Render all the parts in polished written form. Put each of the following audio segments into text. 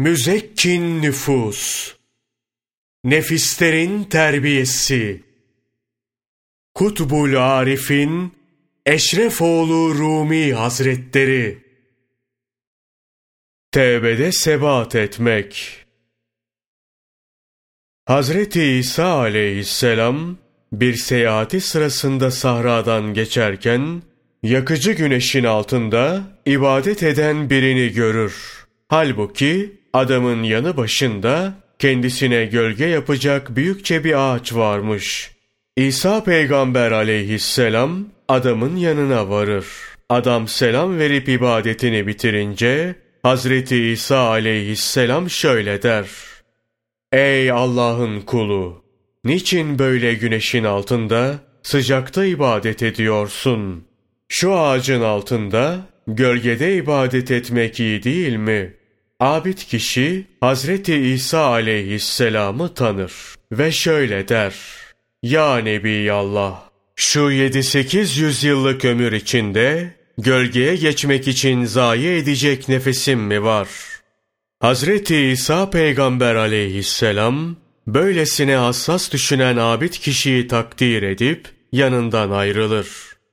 Müzekkin nüfus, nefislerin terbiyesi, Kutbul Arif'in Eşrefoğlu Rumi Hazretleri. Tevbede sebat etmek. Hazreti İsa aleyhisselam bir seyahati sırasında sahradan geçerken yakıcı güneşin altında ibadet eden birini görür. Halbuki adamın yanı başında kendisine gölge yapacak büyükçe bir ağaç varmış. İsa peygamber aleyhisselam adamın yanına varır. Adam selam verip ibadetini bitirince Hazreti İsa aleyhisselam şöyle der: Ey Allah'ın kulu! Niçin böyle güneşin altında sıcakta ibadet ediyorsun? Şu ağacın altında gölgede ibadet etmek iyi değil mi? Abid kişi Hazreti İsa aleyhisselamı tanır ve şöyle der: Ya Nebiyallah! Şu 7-800 yıllık ömür içinde gölgeye geçmek için zayi edecek nefesim mi var? Hazreti İsa peygamber aleyhisselam böylesine hassas düşünen abid kişiyi takdir edip yanından ayrılır.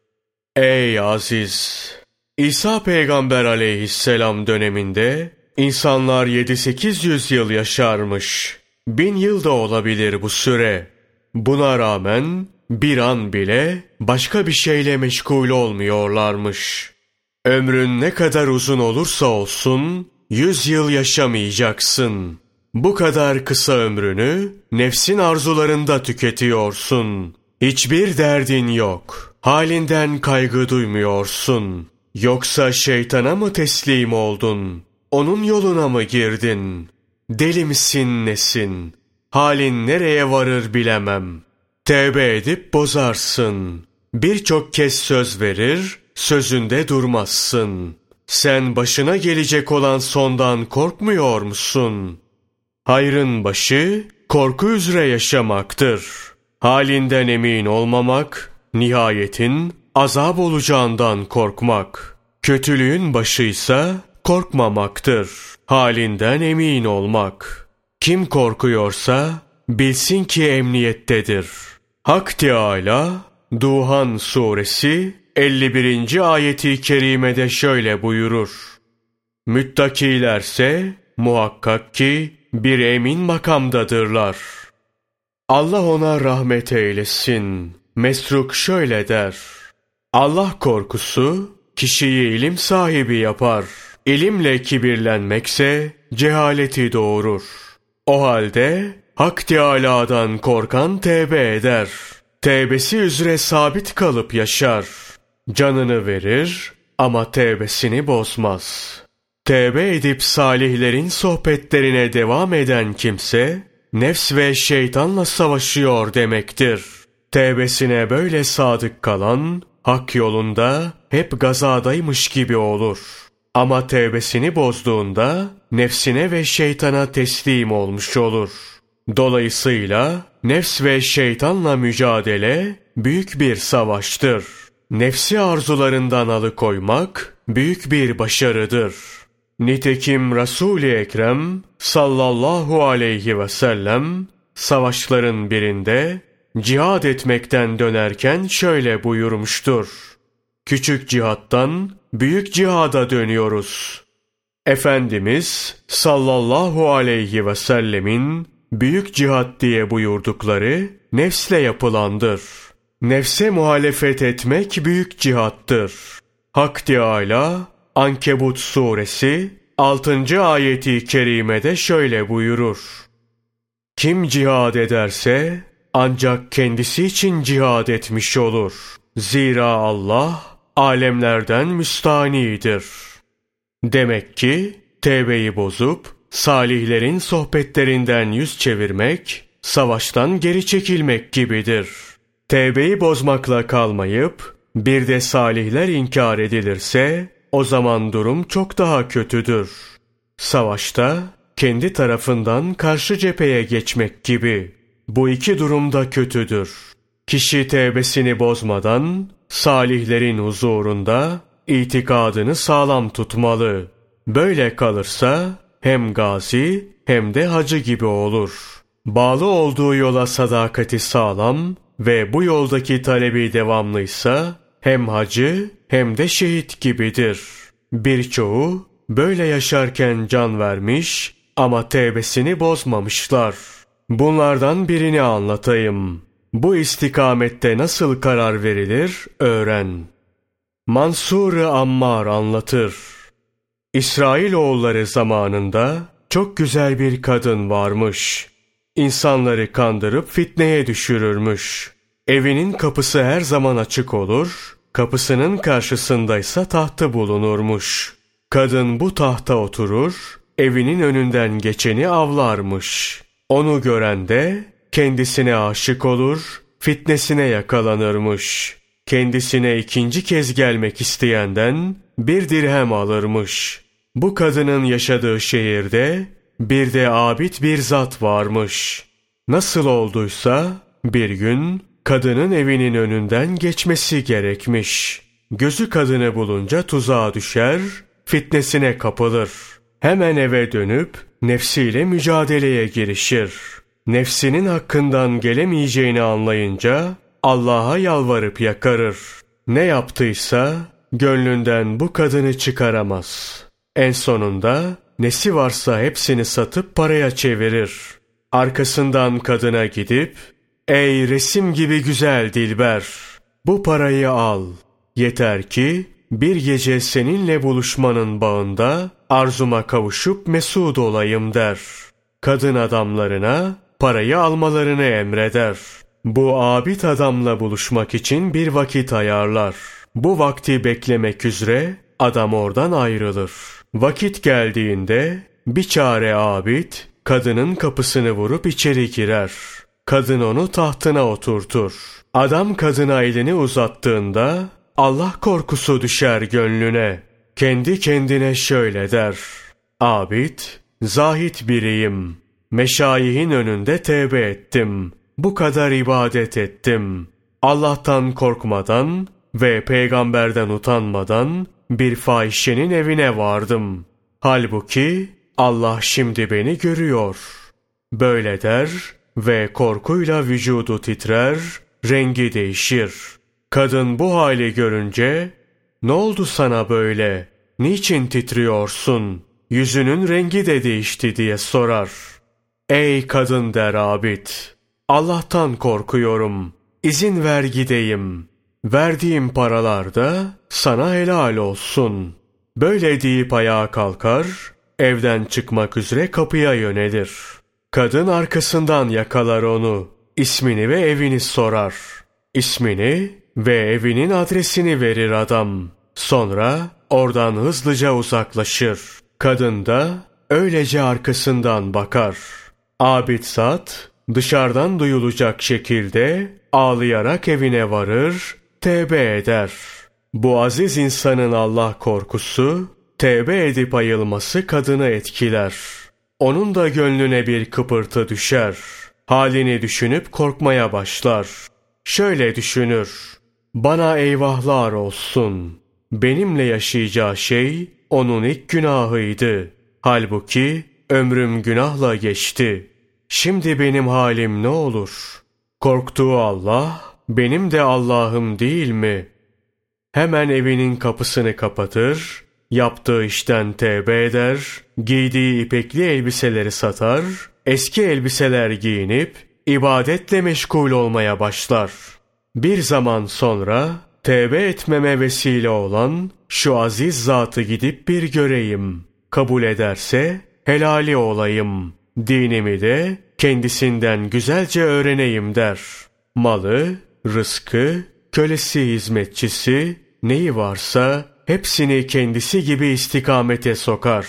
Ey aziz! İsa peygamber aleyhisselam döneminde insanlar 7-800 yıl yaşarmış. 1000 yıl da olabilir bu süre. Buna rağmen bir an bile başka bir şeyle meşgul olmuyorlarmış. Ömrün ne kadar uzun olursa olsun 100 yıl yaşamayacaksın. Bu kadar kısa ömrünü nefsin arzularında tüketiyorsun. Hiçbir derdin yok. Halinden kaygı duymuyorsun. Yoksa şeytana mı teslim oldun? Onun yoluna mı girdin? Deli misin nesin? Halin nereye varır bilemem. Tevbe edip bozarsın. Birçok kez söz verir, sözünde durmazsın. Sen başına gelecek olan sondan korkmuyor musun? Hayrın başı korku üzere yaşamaktır. Halinden emin olmamak, nihayetin azap olacağından korkmak. Kötülüğün başıysa korkmamaktır. Halinden emin olmak. Kim korkuyorsa bilsin ki emniyettedir. Hak Teâlâ Duhan suresi 51. ayeti kerimede şöyle buyurur: Müttakilerse muhakkak ki bir emin makamdadırlar. Allah ona rahmet eylesin. Mesruk şöyle der: Allah korkusu kişiyi ilim sahibi yapar. İlimle kibirlenmekse cehaleti doğurur. O halde Hak Teâlâ'dan korkan tevbe eder. Tevbesi üzere sabit kalıp yaşar. Canını verir ama tevbesini bozmaz. Tevbe edip salihlerin sohbetlerine devam eden kimse, nefs ve şeytanla savaşıyor demektir. Tevbesine böyle sadık kalan, hak yolunda hep gazadaymış gibi olur. Ama tevbesini bozduğunda, nefsine ve şeytana teslim olmuş olur. Dolayısıyla, nefs ve şeytanla mücadele büyük bir savaştır. Nefsi arzularından alıkoymak büyük bir başarıdır. Nitekim Resul-i Ekrem sallallahu aleyhi ve sellem savaşların birinde cihad etmekten dönerken şöyle buyurmuştur: Küçük cihattan büyük cihada dönüyoruz. Efendimiz sallallahu aleyhi ve sellemin büyük cihat diye buyurdukları nefsle yapılandır. Nefse muhalefet etmek büyük cihattır. Hak Teâlâ Ankebut suresi 6. ayeti kerimede şöyle buyurur: Kim cihad ederse ancak kendisi için cihad etmiş olur. Zira Allah alemlerden müstanidir. Demek ki tevbeyi bozup salihlerin sohbetlerinden yüz çevirmek, savaştan geri çekilmek gibidir. Tevbeyi bozmakla kalmayıp bir de salihler inkar edilirse o zaman durum çok daha kötüdür. Savaşta kendi tarafından karşı cepheye geçmek gibi. Bu iki durum da kötüdür. Kişi tevbesini bozmadan salihlerin huzurunda itikadını sağlam tutmalı. Böyle kalırsa hem gazi hem de hacı gibi olur. Bağlı olduğu yola sadakati sağlam ve bu yoldaki talebi devamlıysa hem hacı hem de şehit gibidir. Birçoğu böyle yaşarken can vermiş ama tevbesini bozmamışlar. Bunlardan birini anlatayım. Bu istikamette nasıl karar verilir öğren. Mansur-ı Ammar anlatır. İsrailoğulları zamanında çok güzel bir kadın varmış. İnsanları kandırıp fitneye düşürürmüş. Evinin kapısı her zaman açık olur, kapısının karşısındaysa tahtı bulunurmuş. Kadın bu tahta oturur, evinin önünden geçeni avlarmış. Onu gören de kendisine aşık olur, fitnesine yakalanırmış. Kendisine ikinci kez gelmek isteyenden 1 dirhem alırmış. Bu kadının yaşadığı şehirde bir de abid bir zat varmış. Nasıl olduysa bir gün kadının evinin önünden geçmesi gerekmiş. Gözü kadını bulunca tuzağa düşer, fitnesine kapılır. Hemen eve dönüp nefsiyle mücadeleye girişir. Nefsinin hakkından gelemeyeceğini anlayınca Allah'a yalvarıp yakarır. Ne yaptıysa gönlünden bu kadını çıkaramaz. En sonunda nesi varsa hepsini satıp paraya çevirir. Arkasından kadına gidip, "Ey resim gibi güzel dilber, bu parayı al. Yeter ki bir gece seninle buluşmanın bağında arzuma kavuşup mesut olayım." der. Kadın adamlarına parayı almalarını emreder. Bu abid adamla buluşmak için bir vakit ayarlar. Bu vakti beklemek üzere adam oradan ayrılır. Vakit geldiğinde bir çare abid kadının kapısını vurup içeri girer. Kadın onu tahtına oturtur. Adam kadına elini uzattığında Allah korkusu düşer gönlüne. Kendi kendine şöyle der: "Abid, zahit biriyim. Meşayihin önünde tevbe ettim. Bu kadar ibadet ettim. Allah'tan korkmadan ve peygamberden utanmadan bir fahişenin evine vardım. Halbuki Allah şimdi beni görüyor." Böyle der ve korkuyla vücudu titrer, rengi değişir. Kadın bu hali görünce, "Ne oldu sana böyle? Niçin titriyorsun? Yüzünün rengi de değişti." diye sorar. "Ey kadın," der abid, "Allah'tan korkuyorum. İzin ver gideyim. Verdiğim paralar da sana helal olsun." Böyle deyip ayağa kalkar, evden çıkmak üzere kapıya yönelir. Kadın arkasından yakalar onu. İsmini ve evini sorar. İsmini ve evinin adresini verir adam. Sonra oradan hızlıca uzaklaşır. Kadın da öylece arkasından bakar. Abid zat dışarıdan duyulacak şekilde ağlayarak evine varır, tevbe eder. Bu aziz insanın Allah korkusu, tevbe edip ayılması kadını etkiler. Onun da gönlüne bir kıpırtı düşer. Halini düşünüp korkmaya başlar. Şöyle düşünür: "Bana eyvahlar olsun. Benimle yaşayacağı şey onun ilk günahıydı. Halbuki ömrüm günahla geçti. Şimdi benim halim ne olur? Korktuğu Allah, benim de Allah'ım değil mi?" Hemen evinin kapısını kapatır, yaptığı işten tevbe eder, giydiği ipekli elbiseleri satar, eski elbiseler giyinip ibadetle meşgul olmaya başlar. Bir zaman sonra tevbe etmeme vesile olan şu aziz zatı gidip bir göreyim. Kabul ederse helali olayım. Dinimi de kendisinden güzelce öğreneyim der. Malı, rızkı, kölesi, hizmetçisi, neyi varsa hepsini kendisi gibi istikamete sokar.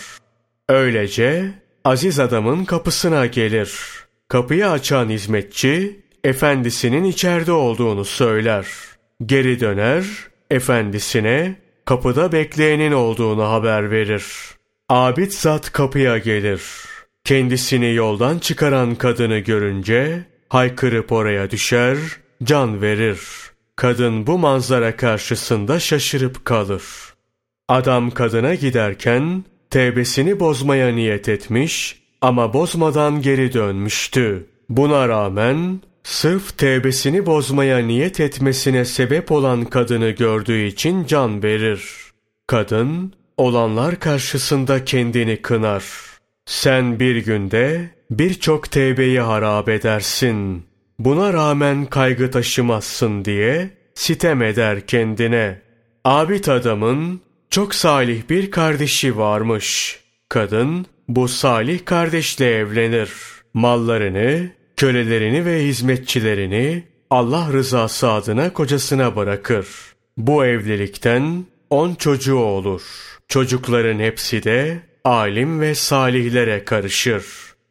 Öylece aziz adamın kapısına gelir. Kapıyı açan hizmetçi efendisinin içeride olduğunu söyler. Geri döner, efendisine kapıda bekleyenin olduğunu haber verir. Abid zat kapıya gelir. Kendisini yoldan çıkaran kadını görünce haykırıp oraya düşer, can verir. Kadın bu manzara karşısında şaşırıp kalır. Adam kadına giderken tevbesini bozmaya niyet etmiş ama bozmadan geri dönmüştü. Buna rağmen sırf tevbesini bozmaya niyet etmesine sebep olan kadını gördüğü için can verir. Kadın olanlar karşısında kendini kınar. Sen bir günde birçok tevbeyi harap edersin. Buna rağmen kaygı taşımazsın diye sitem eder kendine. Abid adamın çok salih bir kardeşi varmış. Kadın bu salih kardeşle evlenir. Mallarını, kölelerini ve hizmetçilerini Allah rızası adına kocasına bırakır. Bu evlilikten 10 çocuğu olur. Çocukların hepsi de alim ve salihlere karışır.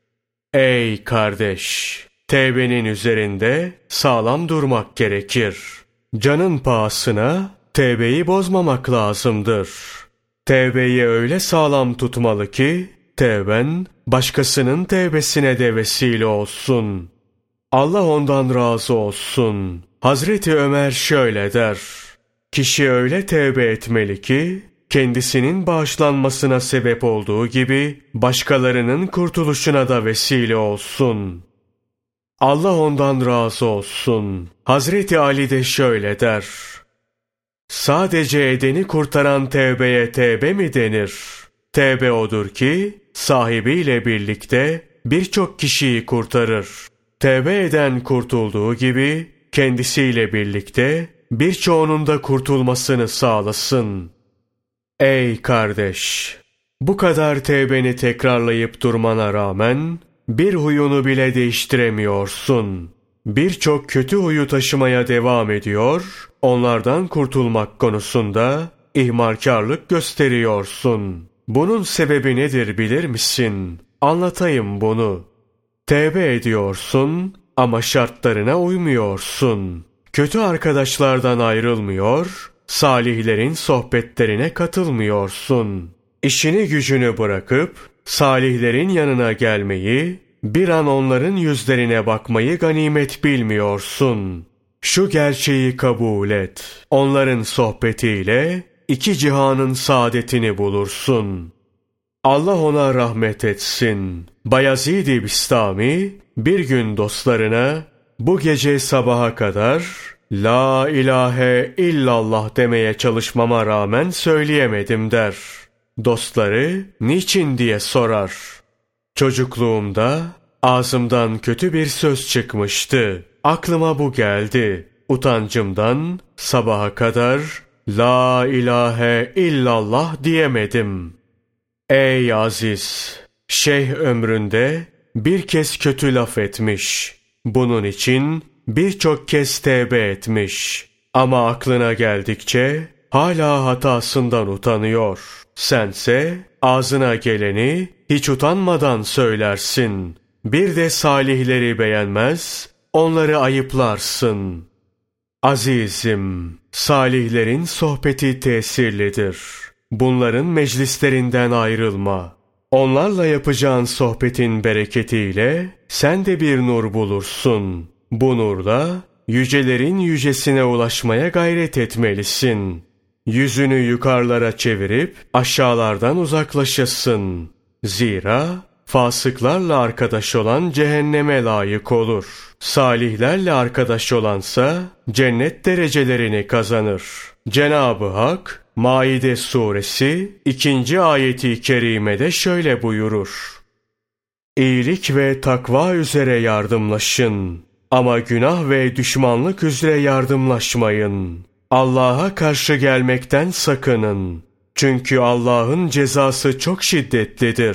Ey kardeş! Tevbenin üzerinde sağlam durmak gerekir. Canın pahasına tevbeyi bozmamak lazımdır. Tevbeyi öyle sağlam tutmalı ki tevben başkasının tevbesine de vesile olsun. Allah ondan razı olsun. Hazreti Ömer şöyle der: kişi öyle tevbe etmeli ki kendisinin bağışlanmasına sebep olduğu gibi başkalarının kurtuluşuna da vesile olsun. Allah ondan razı olsun. Hazreti Ali de şöyle der: sadece edeni kurtaran tevbeye tevbe mi denir? Tevbe odur ki sahibiyle birlikte birçok kişiyi kurtarır. Tevbe eden kurtulduğu gibi kendisiyle birlikte birçoğunun da kurtulmasını sağlasın. Ey kardeş! Bu kadar tevbeni tekrarlayıp durmana rağmen bir huyunu bile değiştiremiyorsun. Birçok kötü huyu taşımaya devam ediyor, onlardan kurtulmak konusunda ihmalkarlık gösteriyorsun. Bunun sebebi nedir bilir misin? Anlatayım bunu. Tevbe ediyorsun ama şartlarına uymuyorsun. Kötü arkadaşlardan ayrılmıyor, salihlerin sohbetlerine katılmıyorsun. İşini gücünü bırakıp salihlerin yanına gelmeyi, bir an onların yüzlerine bakmayı ganimet bilmiyorsun. Şu gerçeği kabul et. Onların sohbetiyle iki cihanın saadetini bulursun. Allah ona rahmet etsin. Bayezid-i Bistami bir gün dostlarına bu gece sabaha kadar La ilahe illallah demeye çalışmama rağmen söyleyemedim der. Dostları niçin diye sorar. Çocukluğumda ağzımdan kötü bir söz çıkmıştı. Aklıma bu geldi. Utancımdan sabaha kadar La ilahe illallah diyemedim. Ey aziz! Şeyh ömründe bir kez kötü laf etmiş. Bunun için birçok kez tevbe etmiş. Ama aklına geldikçe hala hatasından utanıyor. Sense ağzına geleni hiç utanmadan söylersin. Bir de salihleri beğenmez, onları ayıplarsın. Azizim, salihlerin sohbeti tesirlidir. Bunların meclislerinden ayrılma. Onlarla yapacağın sohbetin bereketiyle sen de bir nur bulursun. Bu nurla yücelerin yücesine ulaşmaya gayret etmelisin. Yüzünü yukarılara çevirip aşağılardan uzaklaşasın. Zira fasıklarla arkadaş olan cehenneme layık olur. Salihlerle arkadaş olansa cennet derecelerini kazanır. Cenab-ı Hak Maide suresi 2. ayeti kerimede şöyle buyurur: İyilik ve takva üzere yardımlaşın. Ama günah ve düşmanlık üzere yardımlaşmayın. Allah'a karşı gelmekten sakının. Çünkü Allah'ın cezası çok şiddetlidir.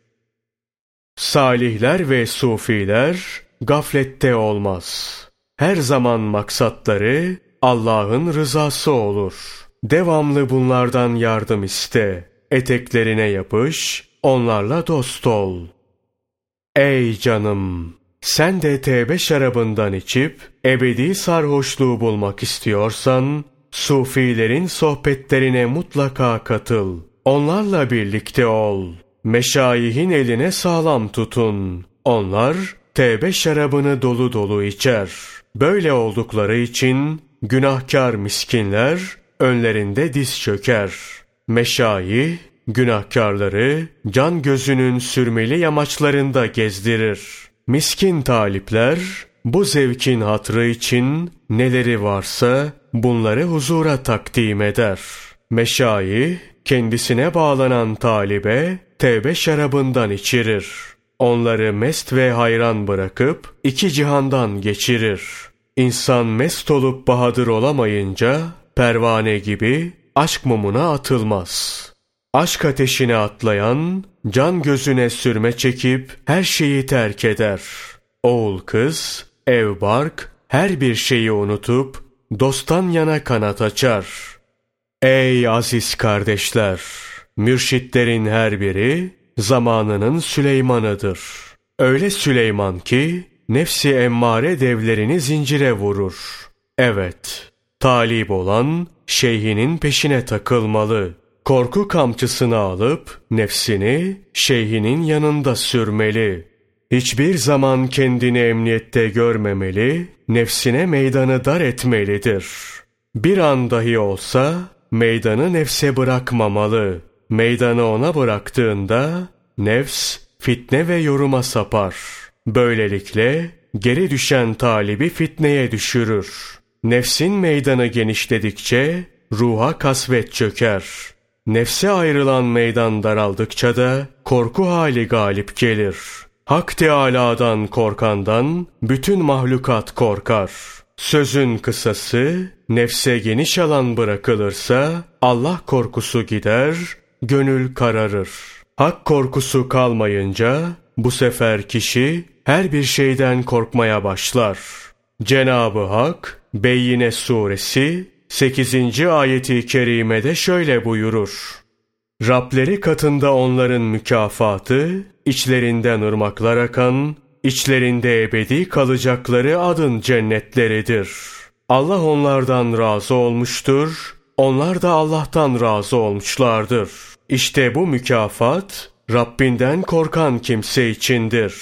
Salihler ve sufiler gaflette olmaz. Her zaman maksatları Allah'ın rızası olur. Devamlı bunlardan yardım iste. Eteklerine yapış, onlarla dost ol. Ey canım! Sen de tevbe şarabından içip ebedi sarhoşluğu bulmak istiyorsan, sufilerin sohbetlerine mutlaka katıl. Onlarla birlikte ol. Meşayihin eline sağlam tutun. Onlar tevbe şarabını dolu dolu içer. Böyle oldukları için günahkar miskinler önlerinde diz çöker. Meşayih günahkarları can gözünün sürmeli yamaçlarında gezdirir. Miskin talipler bu zevkin hatrı için neleri varsa bunları huzura takdim eder. Meşayih kendisine bağlanan talibe tevbe şarabından içirir. Onları mest ve hayran bırakıp iki cihandan geçirir. İnsan mest olup bahadır olamayınca pervane gibi aşk mumuna atılmaz. Aşk ateşine atlayan can gözüne sürme çekip her şeyi terk eder. Oğul kız, ev bark her bir şeyi unutup dosttan yana kanat açar. Ey aziz kardeşler! Mürşitlerin her biri zamanının Süleyman'ıdır. Öyle Süleyman ki nefsi emmare devlerini zincire vurur. Evet, talip olan şeyhinin peşine takılmalı. Korku kamçısını alıp nefsini şeyhinin yanında sürmeli. Hiçbir zaman kendini emniyette görmemeli, nefsine meydanı dar etmelidir. Bir an dahi olsa meydanı nefse bırakmamalı. Meydanı ona bıraktığında nefs fitne ve yoruma sapar. Böylelikle geri düşen talibi fitneye düşürür. Nefsin meydanı genişledikçe ruha kasvet çöker. Nefse ayrılan meydan daraldıkça da korku hali galip gelir. Hak Teâlâ'dan korkandan bütün mahlukat korkar. Sözün kısası, nefse geniş alan bırakılırsa Allah korkusu gider, gönül kararır. Hak korkusu kalmayınca bu sefer kişi her bir şeyden korkmaya başlar. Cenab-ı Hak Beyyine suresi 8. ayeti kerimede şöyle buyurur. Rableri katında onların mükafatı, içlerinden ırmaklar akan, içlerinde ebedi kalacakları adın cennetleridir. Allah onlardan razı olmuştur, onlar da Allah'tan razı olmuşlardır. İşte bu mükafat, Rabbinden korkan kimse içindir.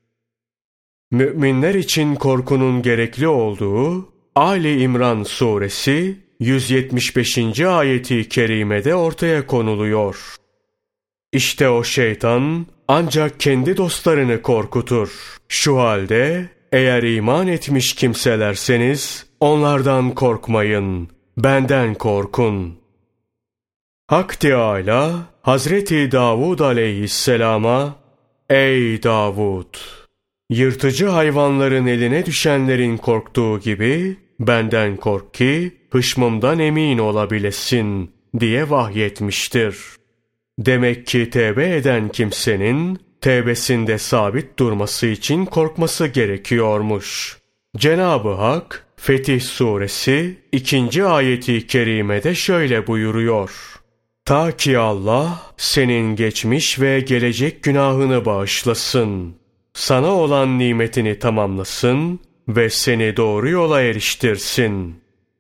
Müminler için korkunun gerekli olduğu, Ali İmran suresi 175. ayeti kerimede ortaya konuluyor. İşte o şeytan ancak kendi dostlarını korkutur. Şu halde eğer iman etmiş kimselerseniz onlardan korkmayın, benden korkun. Hak Teâlâ Hazreti Davud aleyhisselama ey Davud! Yırtıcı hayvanların eline düşenlerin korktuğu gibi benden kork ki hışmımdan emin olabilesin diye vahyetmiştir. Demek ki tevbe eden kimsenin tevbesinde sabit durması için korkması gerekiyormuş. Cenab-ı Hak Fetih suresi 2. ayeti kerimede şöyle buyuruyor. Ta ki Allah senin geçmiş ve gelecek günahını bağışlasın. Sana olan nimetini tamamlasın ve seni doğru yola eriştirsin.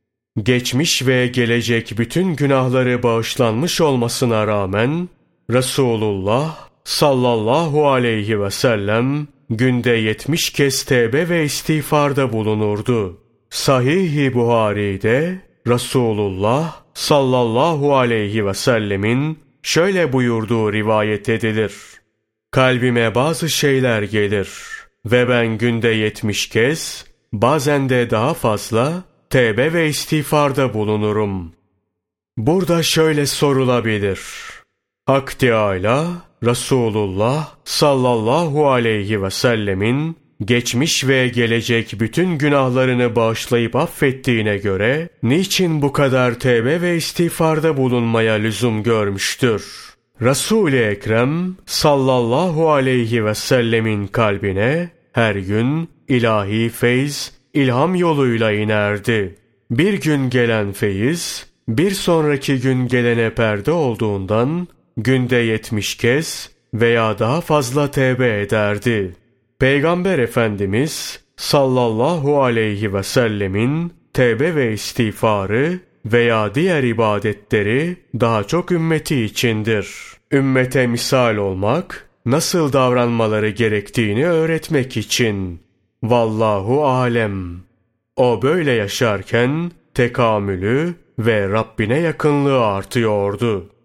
Geçmiş ve gelecek bütün günahları bağışlanmış olmasına rağmen Resulullah sallallahu aleyhi ve sellem günde 70 kez tevbe ve istiğfarda bulunurdu. Sahih-i Buhari'de Resulullah sallallahu aleyhi ve sellemin şöyle buyurduğu rivayet edilir. Kalbime bazı şeyler gelir ve ben günde 70 kez, bazen de daha fazla tevbe ve istiğfarda bulunurum. Burada şöyle sorulabilir. Hak Teâlâ, Resulullah sallallahu aleyhi ve sellemin geçmiş ve gelecek bütün günahlarını bağışlayıp affettiğine göre, niçin bu kadar tevbe ve istiğfarda bulunmaya lüzum görmüştür? Resul-i Ekrem sallallahu aleyhi ve sellemin kalbine her gün ilahi feyz, ilham yoluyla inerdi. Bir gün gelen feyiz, bir sonraki gün gelene perde olduğundan günde 70 kez veya daha fazla tevbe ederdi. Peygamber Efendimiz sallallahu aleyhi ve sellemin tevbe ve istiğfarı veya diğer ibadetleri daha çok ümmeti içindir. Ümmete misal olmak, nasıl davranmaları gerektiğini öğretmek için. Vallahu alem. O böyle yaşarken tekamülü ve Rabbine yakınlığı artıyordu.